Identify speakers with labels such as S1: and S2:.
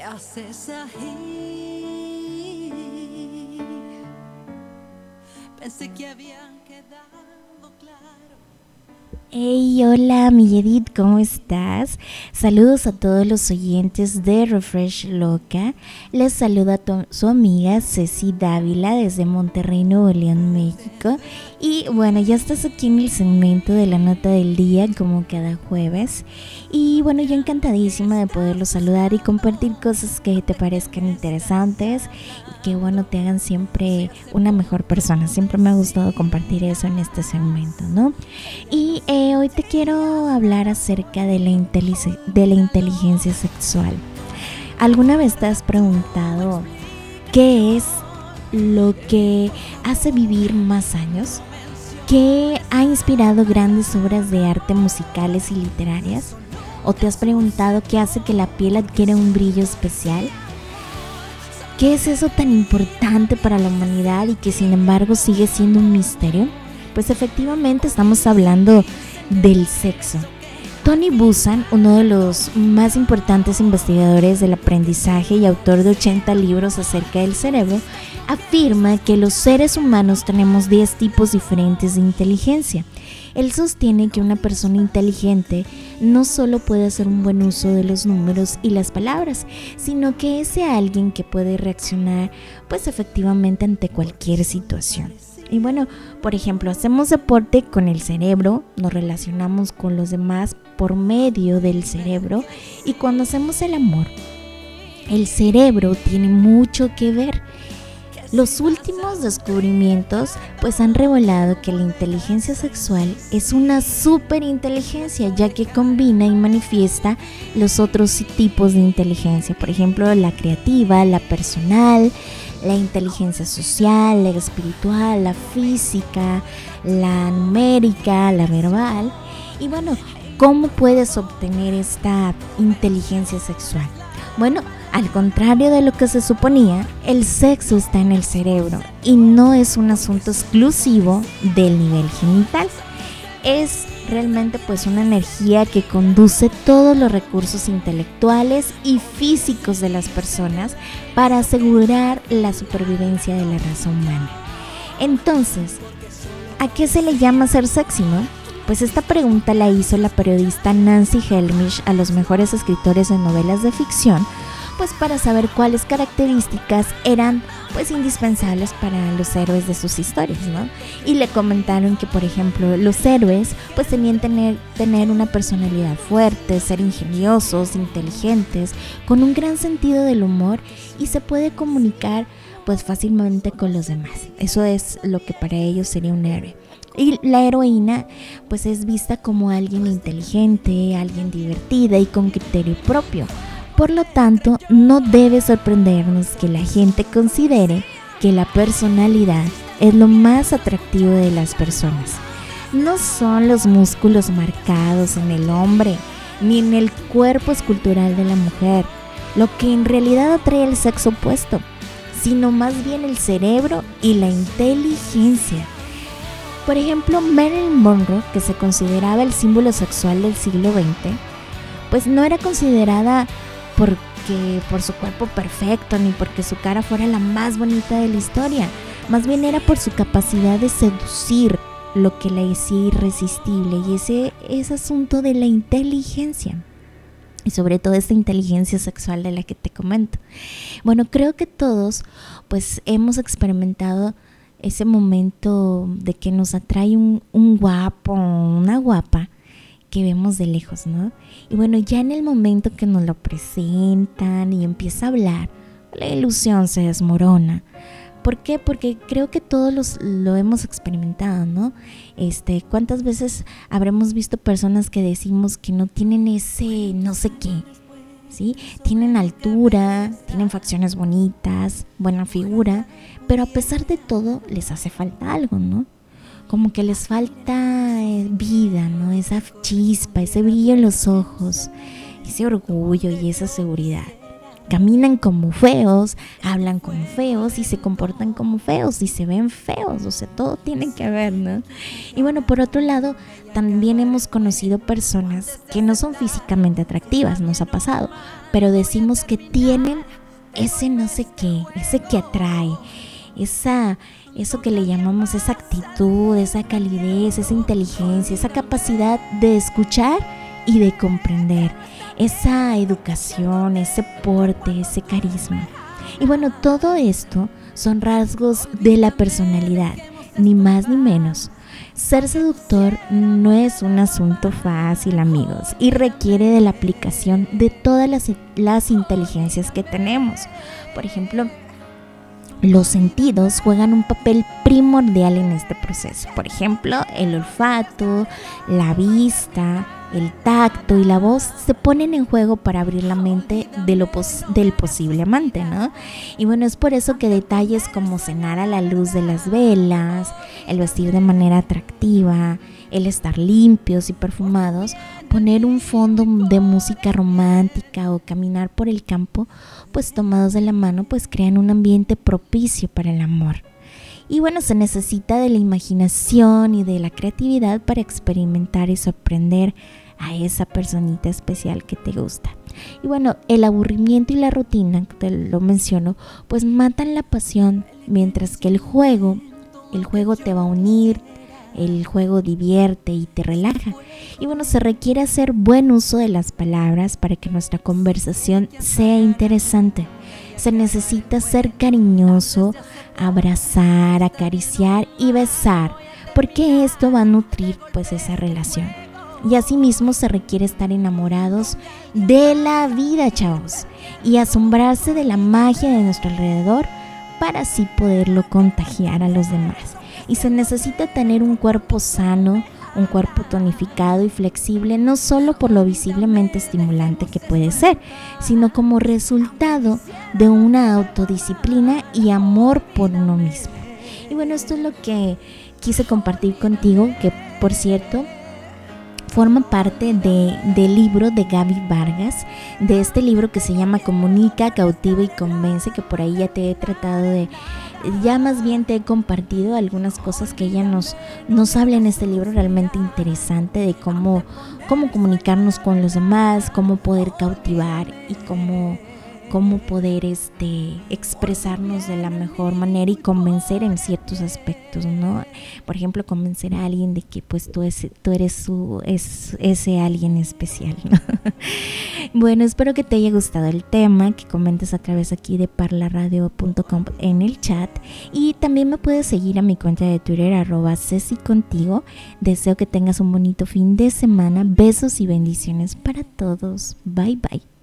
S1: haces ahí? Pensé que habían quedado claro.
S2: Hey, hola, mi Edith, ¿cómo estás? Saludos a todos los oyentes de Refresh Loca. Les saluda su amiga Ceci Dávila desde Monterrey, Nuevo León, México. Y bueno, ya estás aquí en el segmento de la nota del día, como cada jueves. Y bueno, yo encantadísima de poderlos saludar y compartir cosas que te parezcan interesantes y que bueno, te hagan siempre una mejor persona. Siempre me ha gustado compartir eso en este segmento, ¿no? Y hoy te quiero hablar acerca de la inteligencia sexual. ¿Alguna vez te has preguntado qué es lo que hace vivir más años? ¿Qué ha inspirado grandes obras de arte musicales y literarias? ¿O te has preguntado qué hace que la piel adquiera un brillo especial? ¿Qué es eso tan importante para la humanidad y que sin embargo sigue siendo un misterio? Pues efectivamente estamos hablando del sexo. Tony Buzan, uno de los más importantes investigadores del aprendizaje y autor de 80 libros acerca del cerebro, afirma que los seres humanos tenemos 10 tipos diferentes de inteligencia. Él sostiene que una persona inteligente no solo puede hacer un buen uso de los números y las palabras, sino que es alguien que puede reaccionar pues efectivamente ante cualquier situación. Y bueno, por ejemplo, hacemos deporte con el cerebro, nos relacionamos con los demás por medio del cerebro, y cuando hacemos el amor, el cerebro tiene mucho que ver. Los últimos descubrimientos pues han revelado que la inteligencia sexual es una superinteligencia, ya que combina y manifiesta los otros tipos de inteligencia, por ejemplo la creativa, la personal, la inteligencia social, la espiritual, la física, la numérica, la verbal. Y bueno, ¿cómo puedes obtener esta inteligencia sexual? Bueno, al contrario de lo que se suponía, el sexo está en el cerebro y no es un asunto exclusivo del nivel genital. Es realmente pues una energía que conduce todos los recursos intelectuales y físicos de las personas para asegurar la supervivencia de la raza humana. Entonces, ¿a qué se le llama ser sexy, no? Pues esta pregunta la hizo la periodista Nancy Helmish a los mejores escritores de novelas de ficción, pues para saber cuáles características eran pues indispensables para los héroes de sus historias, ¿no? Y le comentaron que, por ejemplo, los héroes pues tenían tener una personalidad fuerte, ser ingeniosos, inteligentes, con un gran sentido del humor y se puede comunicar pues fácilmente con los demás. Eso es lo que para ellos sería un héroe. Y la heroína pues es vista como alguien inteligente, alguien divertida y con criterio propio. Por lo tanto, no debe sorprendernos que la gente considere que la personalidad es lo más atractivo de las personas. No son los músculos marcados en el hombre, ni en el cuerpo escultural de la mujer, lo que en realidad atrae al sexo opuesto, sino más bien el cerebro y la inteligencia. Por ejemplo, Marilyn Monroe, que se consideraba el símbolo sexual del siglo XX, pues no era considerada por su cuerpo perfecto, ni porque su cara fuera la más bonita de la historia. Más bien era por su capacidad de seducir, lo que la hacía irresistible. Y ese es asunto de la inteligencia. Y sobre todo esta inteligencia sexual de la que te comento. Bueno, creo que todos pues hemos experimentado ese momento de que nos atrae un guapo, una guapa, que vemos de lejos, ¿no? Y bueno, ya en el momento que nos lo presentan y empieza a hablar, la ilusión se desmorona. ¿Por qué? Porque creo que todos lo hemos experimentado, ¿no? ¿Cuántas veces habremos visto personas que decimos que no tienen ese no sé qué? ¿Sí? Tienen altura, tienen facciones bonitas, buena figura, pero a pesar de todo les hace falta algo, ¿no? Como que les falta vida, ¿no? Esa chispa, ese brillo en los ojos, ese orgullo y esa seguridad. caminan como feos, hablan como feos y se comportan como feos y se ven feos, o sea, todo tiene que ver, ¿no? Y bueno, por otro lado, también hemos conocido personas que no son físicamente atractivas, nos ha pasado, pero decimos que tienen ese no sé qué, ese que atrae, eso que le llamamos esa actitud, esa calidez, esa inteligencia, esa capacidad de escuchar y de comprender, esa educación, ese porte, ese carisma. Y bueno, todo esto son rasgos de la personalidad, ni más ni menos. Ser seductor no es un asunto fácil, amigos, y requiere de la aplicación de todas las inteligencias que tenemos. Por ejemplo, los sentidos juegan un papel primordial en este proceso. Por ejemplo, el olfato, la vista, el tacto y la voz se ponen en juego para abrir la mente del posible amante, ¿no? Y bueno, es por eso que detalles como cenar a la luz de las velas, el vestir de manera atractiva, el estar limpios y perfumados, poner un fondo de música romántica o caminar por el campo, pues tomados de la mano, pues crean un ambiente propicio para el amor. Y bueno, se necesita de la imaginación y de la creatividad para experimentar y sorprender a esa personita especial que te gusta. Y bueno, el aburrimiento y la rutina, te lo menciono, pues matan la pasión, mientras que el juego te va a unir, el juego divierte y te relaja. Y bueno, se requiere hacer buen uso de las palabras para que nuestra conversación sea interesante. Se necesita ser cariñoso, abrazar, acariciar y besar, porque esto va a nutrir pues esa relación. Y asimismo se requiere estar enamorados de la vida, chavos, y asombrarse de la magia de nuestro alrededor para así poderlo contagiar a los demás. Y se necesita tener un cuerpo sano, un cuerpo tonificado y flexible, no solo por lo visiblemente estimulante que puede ser, sino como resultado de una autodisciplina y amor por uno mismo. Y bueno, esto es lo que quise compartir contigo, que por cierto forma parte del libro de Gaby Vargas, de este libro que se llama Comunica, Cautiva y Convence, que por ahí ya te he tratado de, ya más bien te he compartido algunas cosas que ella nos habla en este libro realmente interesante de cómo comunicarnos con los demás, cómo poder cautivar y cómo poder expresarnos de la mejor manera y convencer en ciertos aspectos, ¿no? Por ejemplo, convencer a alguien de que pues tú eres ese alguien especial, ¿no? Bueno, espero que te haya gustado el tema, que comentes a través aquí de parlaradio.com en el chat, y también me puedes seguir a mi cuenta de Twitter @cecicontigo. Deseo que tengas un bonito fin de semana. Besos y bendiciones para todos. Bye bye.